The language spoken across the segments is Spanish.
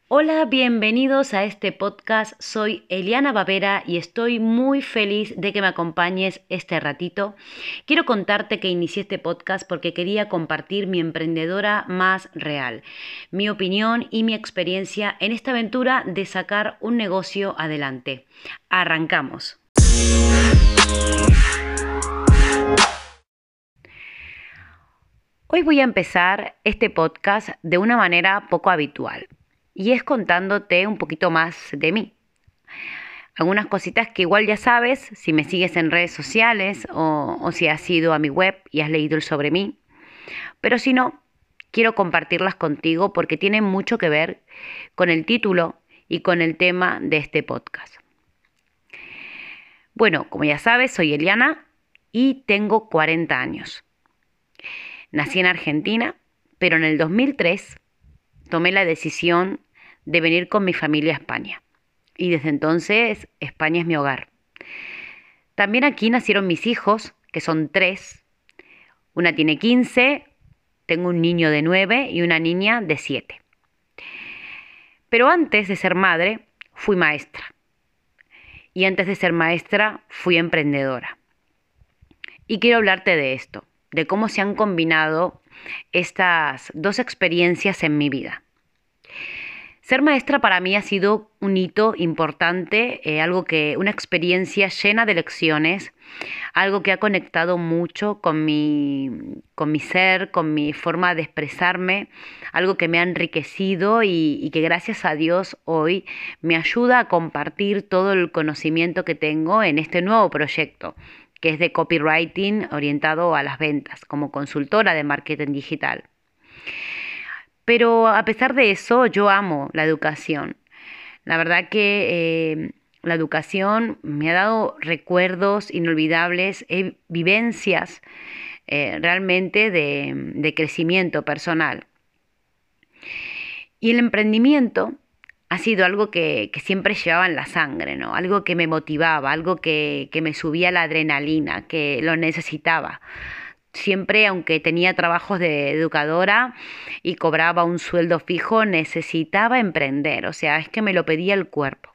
Hola, bienvenidos a este podcast. Soy Eliana Bavera y estoy muy feliz de que me acompañes este ratito. Quiero contarte que inicié este podcast porque quería compartir mi emprendedora más real, mi opinión y mi experiencia en esta aventura de sacar un negocio adelante. Arrancamos. Hoy voy a empezar este podcast de una manera poco habitual y es contándote un poquito más de mí. Algunas cositas que igual ya sabes si me sigues en redes sociales o si has ido a mi web y has leído sobre mí. Pero si no, quiero compartirlas contigo porque tienen mucho que ver con el título y con el tema de este podcast. Bueno, como ya sabes, soy Eliana y tengo 40 años. Nací en Argentina, pero en el 2003 tomé la decisión de venir con mi familia a España. Y desde entonces España es mi hogar. También aquí nacieron mis hijos, que son 3. Una tiene 15, tengo un niño de 9 y una niña de 7. Pero antes de ser madre, fui maestra. Y antes de ser maestra, fui emprendedora. Y quiero hablarte de esto, de cómo se han combinado estas dos experiencias en mi vida. Ser maestra para mí ha sido un hito importante, una experiencia llena de lecciones, algo que ha conectado mucho con mi ser, con mi forma de expresarme, algo que me ha enriquecido y que gracias a Dios hoy me ayuda a compartir todo el conocimiento que tengo en este nuevo proyecto, que es de copywriting orientado a las ventas, como consultora de marketing digital. Pero a pesar de eso, yo amo la educación. La verdad que la educación me ha dado recuerdos inolvidables, vivencias realmente de crecimiento personal. Y el emprendimiento ha sido algo que siempre llevaba en la sangre, ¿no? Algo que me motivaba, algo que me subía la adrenalina, que lo necesitaba. Siempre, aunque tenía trabajos de educadora y cobraba un sueldo fijo, necesitaba emprender, o sea, es que me lo pedía el cuerpo.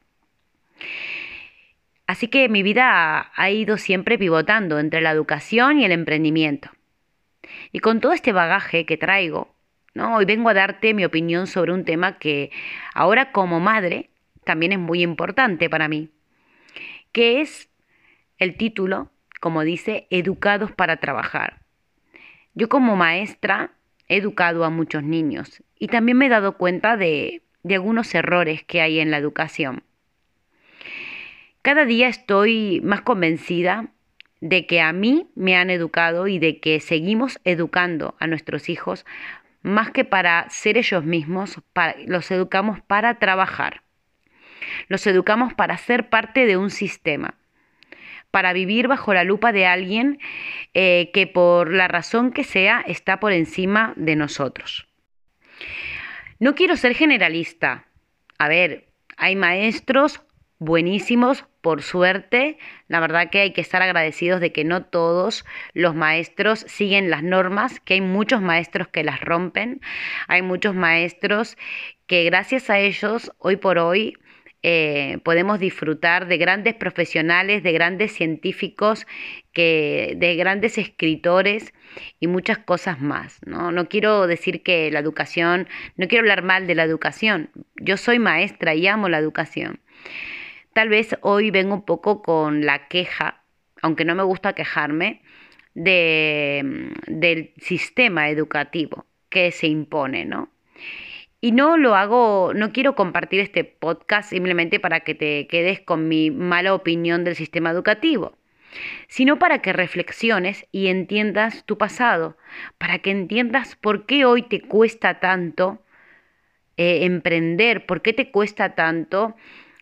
Así que mi vida ha ido siempre pivotando entre la educación y el emprendimiento. Y con todo este bagaje que traigo, ¿no? Hoy vengo a darte mi opinión sobre un tema que ahora como madre también es muy importante para mí, que es el título, como dice, Educados para trabajar. Yo como maestra he educado a muchos niños y también me he dado cuenta de algunos errores que hay en la educación. Cada día estoy más convencida de que a mí me han educado y de que seguimos educando a nuestros hijos más que para ser ellos mismos, los educamos para trabajar, los educamos para ser parte de un sistema, para vivir bajo la lupa de alguien que por la razón que sea está por encima de nosotros. No quiero ser generalista. A ver, hay maestros buenísimos, por suerte. La verdad que hay que estar agradecidos de que no todos los maestros siguen las normas, que hay muchos maestros que las rompen. Hay muchos maestros que gracias a ellos, hoy por hoy, podemos disfrutar de grandes profesionales, de grandes científicos, de grandes escritores y muchas cosas más, ¿no? No quiero decir que la educación, no quiero hablar mal de la educación. Yo soy maestra y amo la educación. Tal vez hoy vengo un poco con la queja, aunque no me gusta quejarme, del sistema educativo que se impone, ¿no? Y no lo hago, no quiero compartir este podcast simplemente para que te quedes con mi mala opinión del sistema educativo, sino para que reflexiones y entiendas tu pasado, para que entiendas por qué hoy te cuesta tanto emprender, por qué te cuesta tanto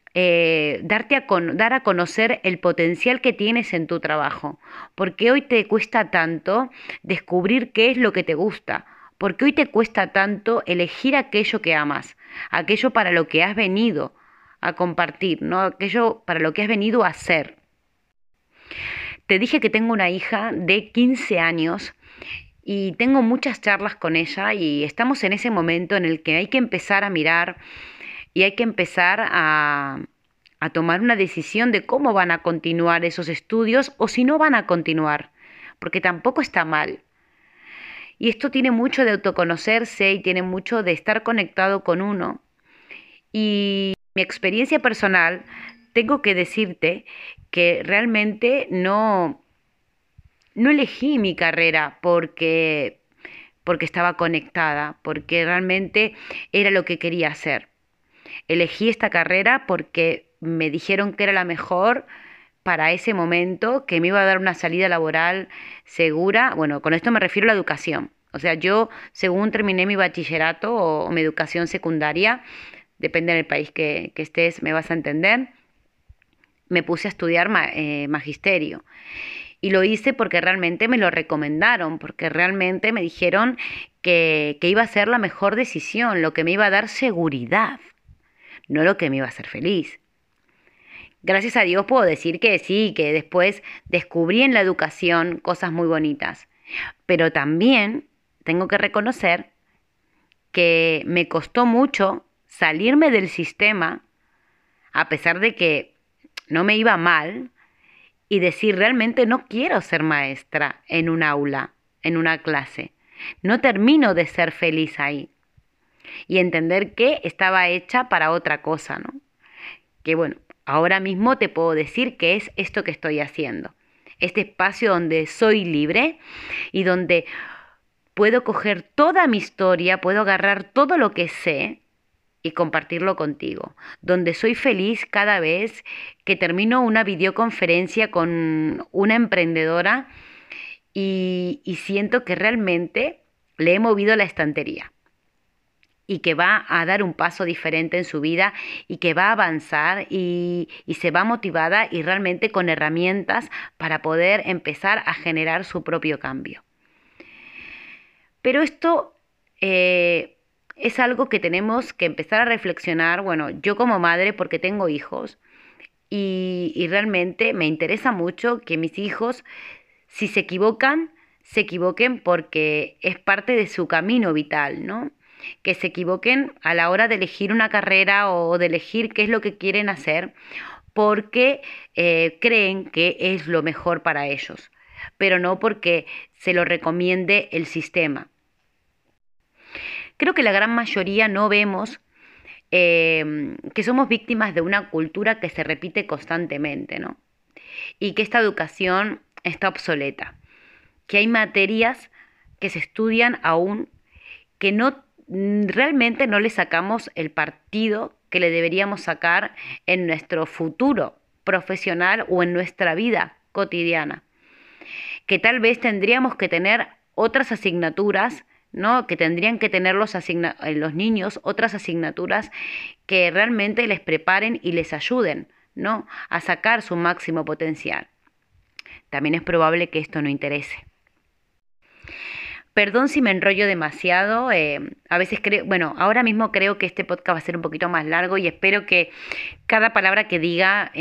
dar a conocer el potencial que tienes en tu trabajo, por qué hoy te cuesta tanto descubrir qué es lo que te gusta. ¿Por qué hoy te cuesta tanto elegir aquello que amas, aquello para lo que has venido a compartir, ¿no? Aquello para lo que has venido a hacer? Te dije que tengo una hija de 15 años y tengo muchas charlas con ella y estamos en ese momento en el que hay que empezar a mirar y hay que empezar a tomar una decisión de cómo van a continuar esos estudios o si no van a continuar, porque tampoco está mal. Y esto tiene mucho de autoconocerse y tiene mucho de estar conectado con uno. Y mi experiencia personal, tengo que decirte que realmente no elegí mi carrera porque estaba conectada, porque realmente era lo que quería hacer. Elegí esta carrera porque me dijeron que era la mejor para ese momento, que me iba a dar una salida laboral segura. Bueno, con esto me refiero a la educación. O sea, yo, según terminé mi bachillerato o mi educación secundaria, depende del país que estés, me vas a entender, me puse a estudiar magisterio. Y lo hice porque realmente me lo recomendaron, porque realmente me dijeron que iba a ser la mejor decisión, lo que me iba a dar seguridad, no lo que me iba a hacer feliz. Gracias a Dios puedo decir que sí, que después descubrí en la educación cosas muy bonitas, pero también tengo que reconocer que me costó mucho salirme del sistema, a pesar de que no me iba mal, y decir, realmente no quiero ser maestra en un aula, en una clase. No termino de ser feliz ahí. Y entender que estaba hecha para otra cosa, ¿no? Que bueno, ahora mismo te puedo decir que es esto que estoy haciendo. Este espacio donde soy libre y donde puedo coger toda mi historia, puedo agarrar todo lo que sé y compartirlo contigo, donde soy feliz cada vez que termino una videoconferencia con una emprendedora y siento que realmente le he movido la estantería y que va a dar un paso diferente en su vida y que va a avanzar y se va motivada y realmente con herramientas para poder empezar a generar su propio cambio. Pero esto es algo que tenemos que empezar a reflexionar, bueno, yo como madre porque tengo hijos y realmente me interesa mucho que mis hijos, si se equivoquen porque es parte de su camino vital, ¿no? Que se equivoquen a la hora de elegir una carrera o de elegir qué es lo que quieren hacer porque creen que es lo mejor para ellos, pero no porque se lo recomiende el sistema. Creo que la gran mayoría no vemos que somos víctimas de una cultura que se repite constantemente, ¿no? Y que esta educación está obsoleta, que hay materias que se estudian aún que no realmente no le sacamos el partido que le deberíamos sacar en nuestro futuro profesional o en nuestra vida cotidiana, que tal vez tendríamos que tener otras asignaturas, ¿no? Que tendrían que tener los niños otras asignaturas que realmente les preparen y les ayuden, ¿no? A sacar su máximo potencial. También es probable que esto no interese. Perdón si me enrollo demasiado, a veces creo, bueno, ahora mismo creo que este podcast va a ser un poquito más largo y espero que cada palabra que diga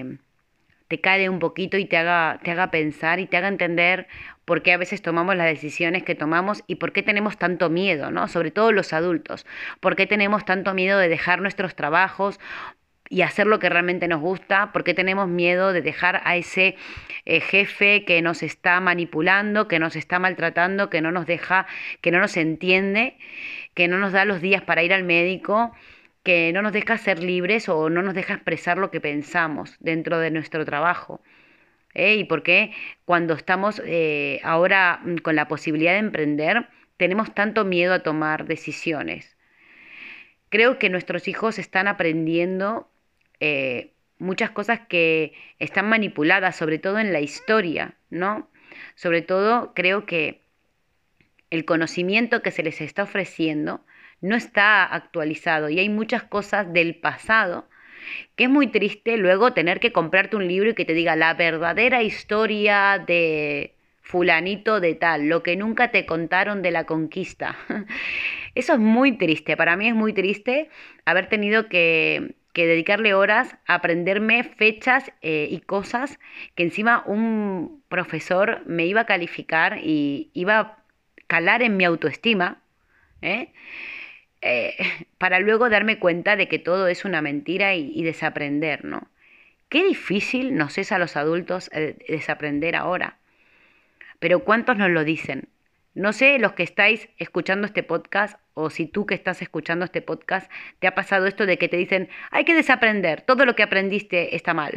te cale un poquito y te haga pensar y te haga entender por qué a veces tomamos las decisiones que tomamos y por qué tenemos tanto miedo, ¿no? Sobre todo los adultos, por qué tenemos tanto miedo de dejar nuestros trabajos y hacer lo que realmente nos gusta, por qué tenemos miedo de dejar a ese jefe que nos está manipulando, que nos está maltratando, que no nos deja, que no nos entiende, que no nos da los días para ir al médico, que no nos deja ser libres o no nos deja expresar lo que pensamos dentro de nuestro trabajo. Y por qué cuando estamos ahora con la posibilidad de emprender, tenemos tanto miedo a tomar decisiones. Creo que nuestros hijos están aprendiendo muchas cosas que están manipuladas, sobre todo en la historia, ¿no? Sobre todo creo que el conocimiento que se les está ofreciendo no está actualizado y hay muchas cosas del pasado que es muy triste luego tener que comprarte un libro y que te diga la verdadera historia de fulanito de tal, lo que nunca te contaron de la conquista. Eso es muy triste, para mí es muy triste haber tenido que dedicarle horas a aprenderme fechas y cosas que encima un profesor me iba a calificar y iba a calar en mi autoestima, ¿eh? eh, para luego darme cuenta de que todo es una mentira y desaprender, ¿no? Qué difícil nos es a los adultos desaprender ahora, pero ¿cuántos nos lo dicen? No sé, los que estáis escuchando este podcast, o si tú que estás escuchando este podcast, te ha pasado esto de que te dicen, hay que desaprender, todo lo que aprendiste está mal,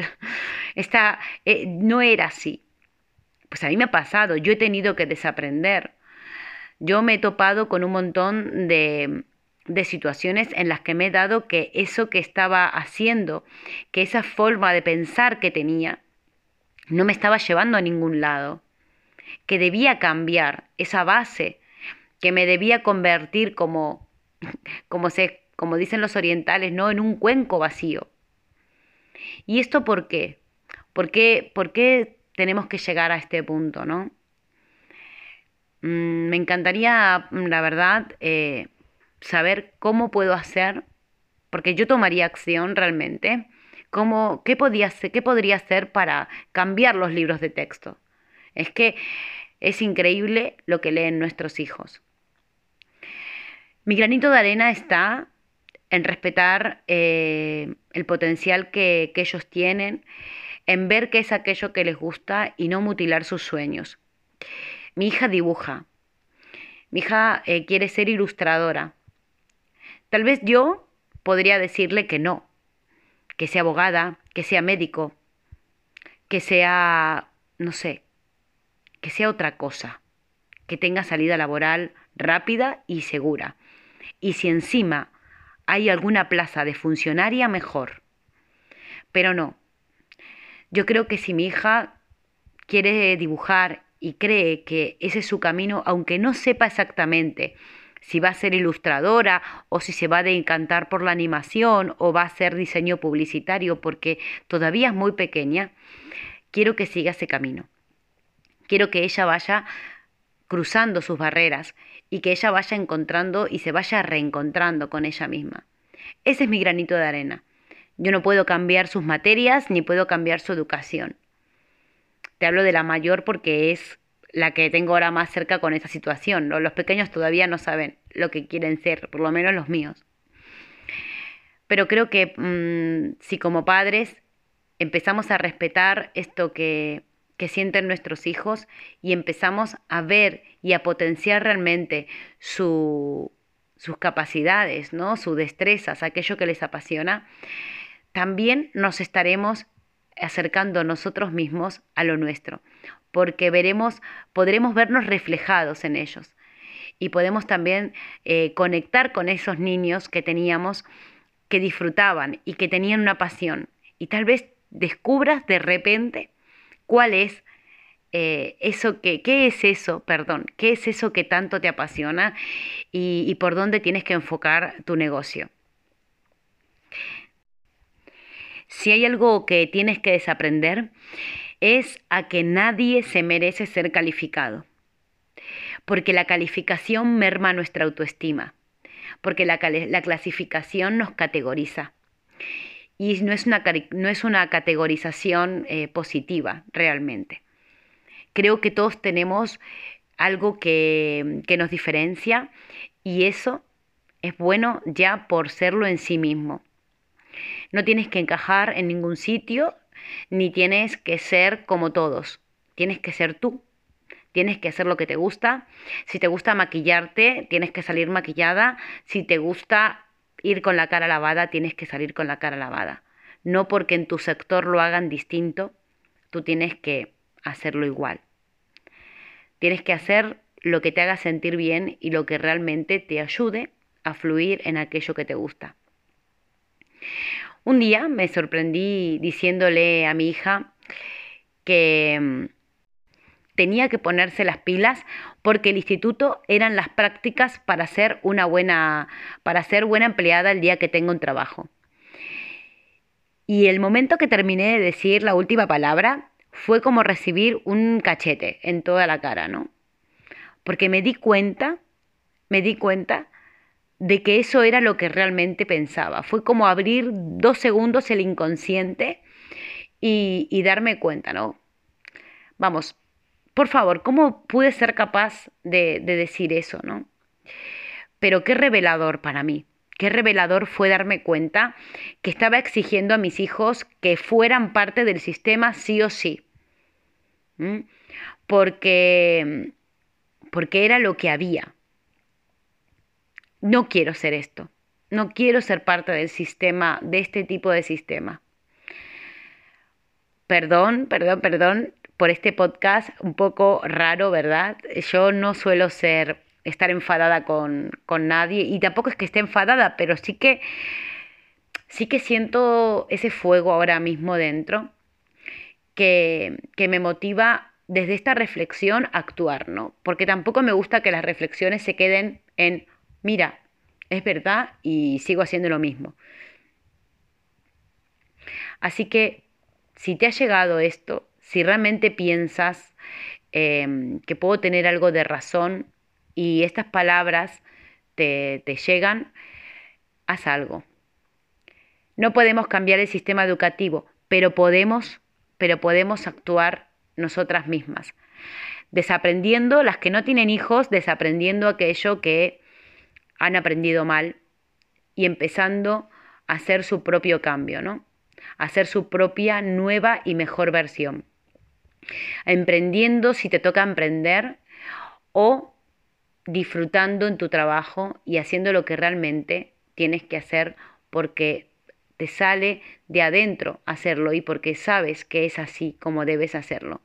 no era así. Pues a mí me ha pasado, yo he tenido que desaprender. Yo me he topado con un montón de situaciones en las que me he dado que eso que estaba haciendo, que esa forma de pensar que tenía, no me estaba llevando a ningún lado, que debía cambiar esa base, que me debía convertir como dicen los orientales, ¿no? En un cuenco vacío. ¿Y esto por qué? ¿Por qué tenemos que llegar a este punto, no? Me encantaría, la verdad, saber cómo puedo hacer, porque yo tomaría acción realmente, qué podría hacer para cambiar los libros de texto. Es que es increíble lo que leen nuestros hijos. Mi granito de arena está en respetar el potencial que ellos tienen, en ver qué es aquello que les gusta y no mutilar sus sueños. Mi hija dibuja, mi hija quiere ser ilustradora. Tal vez yo podría decirle que no, que sea abogada, que sea médico, que sea, no sé, que sea otra cosa, que tenga salida laboral rápida y segura. Y si encima hay alguna plaza de funcionaria, mejor. Pero no, yo creo que si mi hija quiere dibujar y cree que ese es su camino, aunque no sepa exactamente si va a ser ilustradora o si se va a decantar por la animación o va a ser diseño publicitario, porque todavía es muy pequeña, quiero que siga ese camino. Quiero que ella vaya cruzando sus barreras y que ella vaya encontrando y se vaya reencontrando con ella misma. Ese es mi granito de arena. Yo no puedo cambiar sus materias ni puedo cambiar su educación. Te hablo de la mayor porque es la que tengo ahora más cerca con esa situación, ¿no? Los pequeños todavía no saben lo que quieren ser, por lo menos los míos. Pero creo que si como padres empezamos a respetar esto que sienten nuestros hijos y empezamos a ver y a potenciar realmente sus capacidades, ¿no? Sus destrezas, aquello que les apasiona, también nos estaremos acercando nosotros mismos a lo nuestro, porque podremos vernos reflejados en ellos y podemos también conectar con esos niños que teníamos, que disfrutaban y que tenían una pasión. Y tal vez descubras de repente cuál es qué es eso, perdón, qué es eso que tanto te apasiona y por dónde tienes que enfocar tu negocio. Si hay algo que tienes que desaprender, es a que nadie se merece ser calificado, porque la calificación merma nuestra autoestima, porque la clasificación nos categoriza y no es una categorización positiva realmente. Creo que todos tenemos algo que nos diferencia y eso es bueno ya por serlo en sí mismo. No tienes que encajar en ningún sitio, ni tienes que ser como todos. Tienes que ser tú. Tienes que hacer lo que te gusta. Si te gusta maquillarte, tienes que salir maquillada. Si te gusta ir con la cara lavada, tienes que salir con la cara lavada. No porque en tu sector lo hagan distinto, tú tienes que hacerlo igual. Tienes que hacer lo que te haga sentir bien y lo que realmente te ayude a fluir en aquello que te gusta. Un día me sorprendí diciéndole a mi hija que tenía que ponerse las pilas porque el instituto eran las prácticas para ser buena empleada el día que tenga un trabajo. Y el momento que terminé de decir la última palabra fue como recibir un cachete en toda la cara, ¿no? Porque me di cuenta de que eso era lo que realmente pensaba. Fue como abrir 2 segundos el inconsciente y darme cuenta, ¿no? Vamos, por favor, ¿cómo pude ser capaz de decir eso, no? Pero qué revelador para mí. Qué revelador fue darme cuenta que estaba exigiendo a mis hijos que fueran parte del sistema sí o sí. ¿Mm? Porque, porque era lo que había. No quiero ser esto. No quiero ser parte del sistema, de este tipo de sistema. Perdón por este podcast un poco raro, ¿verdad? Yo no suelo estar enfadada con nadie y tampoco es que esté enfadada, pero sí que siento ese fuego ahora mismo dentro que me motiva desde esta reflexión a actuar, ¿no? Porque tampoco me gusta que las reflexiones se queden en, mira, es verdad y sigo haciendo lo mismo. Así que si te ha llegado esto, si realmente piensas que puedo tener algo de razón y estas palabras te llegan, haz algo. No podemos cambiar el sistema educativo, pero podemos actuar nosotras mismas. Desaprendiendo, las que no tienen hijos, desaprendiendo aquello que han aprendido mal y empezando a hacer su propio cambio, ¿no? A hacer su propia nueva y mejor versión. Emprendiendo si te toca emprender o disfrutando en tu trabajo y haciendo lo que realmente tienes que hacer porque te sale de adentro hacerlo y porque sabes que es así como debes hacerlo.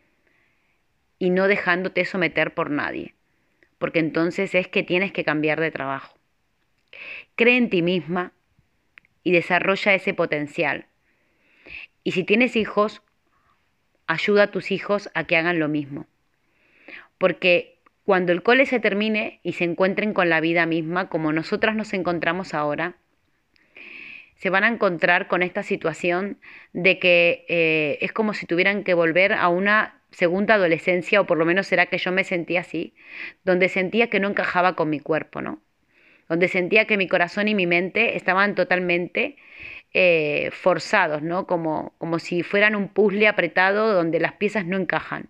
Y no dejándote someter por nadie, porque entonces es que tienes que cambiar de trabajo. Cree en ti misma y desarrolla ese potencial. Y si tienes hijos, ayuda a tus hijos a que hagan lo mismo. Porque cuando el cole se termine y se encuentren con la vida misma, como nosotras nos encontramos ahora, se van a encontrar con esta situación de que es como si tuvieran que volver a una segunda adolescencia, o por lo menos será que yo me sentía así, donde sentía que no encajaba con mi cuerpo, ¿no? Donde sentía que mi corazón y mi mente estaban totalmente forzados, ¿no? Como si fueran un puzzle apretado donde las piezas no encajan.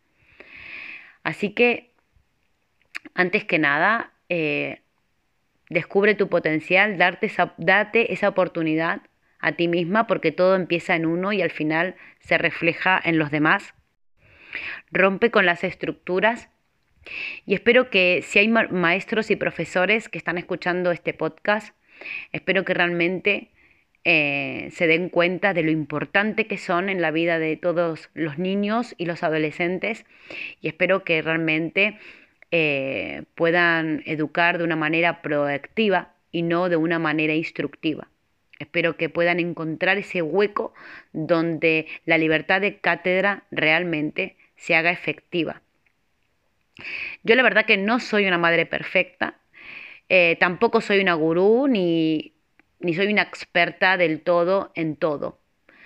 Así que, antes que nada, descubre tu potencial, date esa oportunidad a ti misma porque todo empieza en uno y al final se refleja en los demás. Rompe con las estructuras y espero que si hay maestros y profesores que están escuchando este podcast, espero que realmente se den cuenta de lo importante que son en la vida de todos los niños y los adolescentes y espero que realmente puedan educar de una manera proactiva y no de una manera instructiva. Espero que puedan encontrar ese hueco donde la libertad de cátedra realmente se haga efectiva. Yo la verdad que no soy una madre perfecta, tampoco soy una gurú ni soy una experta del todo en todo,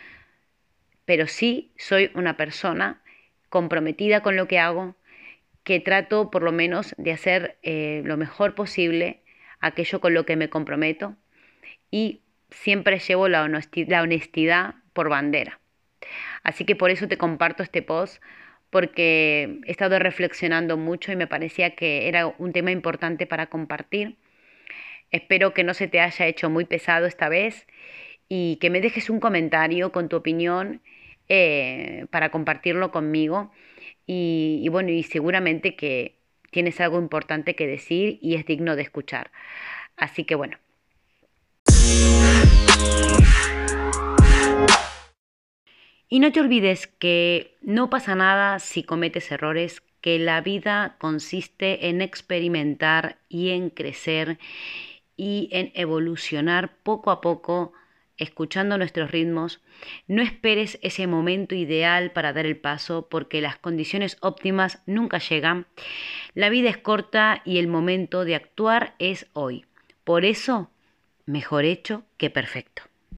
pero sí soy una persona comprometida con lo que hago, que trato por lo menos de hacer lo mejor posible aquello con lo que me comprometo y siempre llevo la honestidad por bandera. Así que por eso te comparto este post, porque he estado reflexionando mucho y me parecía que era un tema importante para compartir. Espero que no se te haya hecho muy pesado esta vez y que me dejes un comentario con tu opinión para compartirlo conmigo. Y bueno, y seguramente que tienes algo importante que decir y es digno de escuchar. Así que bueno. Y no te olvides que no pasa nada si cometes errores, que la vida consiste en experimentar y en crecer y en evolucionar poco a poco, escuchando nuestros ritmos. No esperes ese momento ideal para dar el paso porque las condiciones óptimas nunca llegan. La vida es corta y el momento de actuar es hoy. Por eso, mejor hecho que perfecto.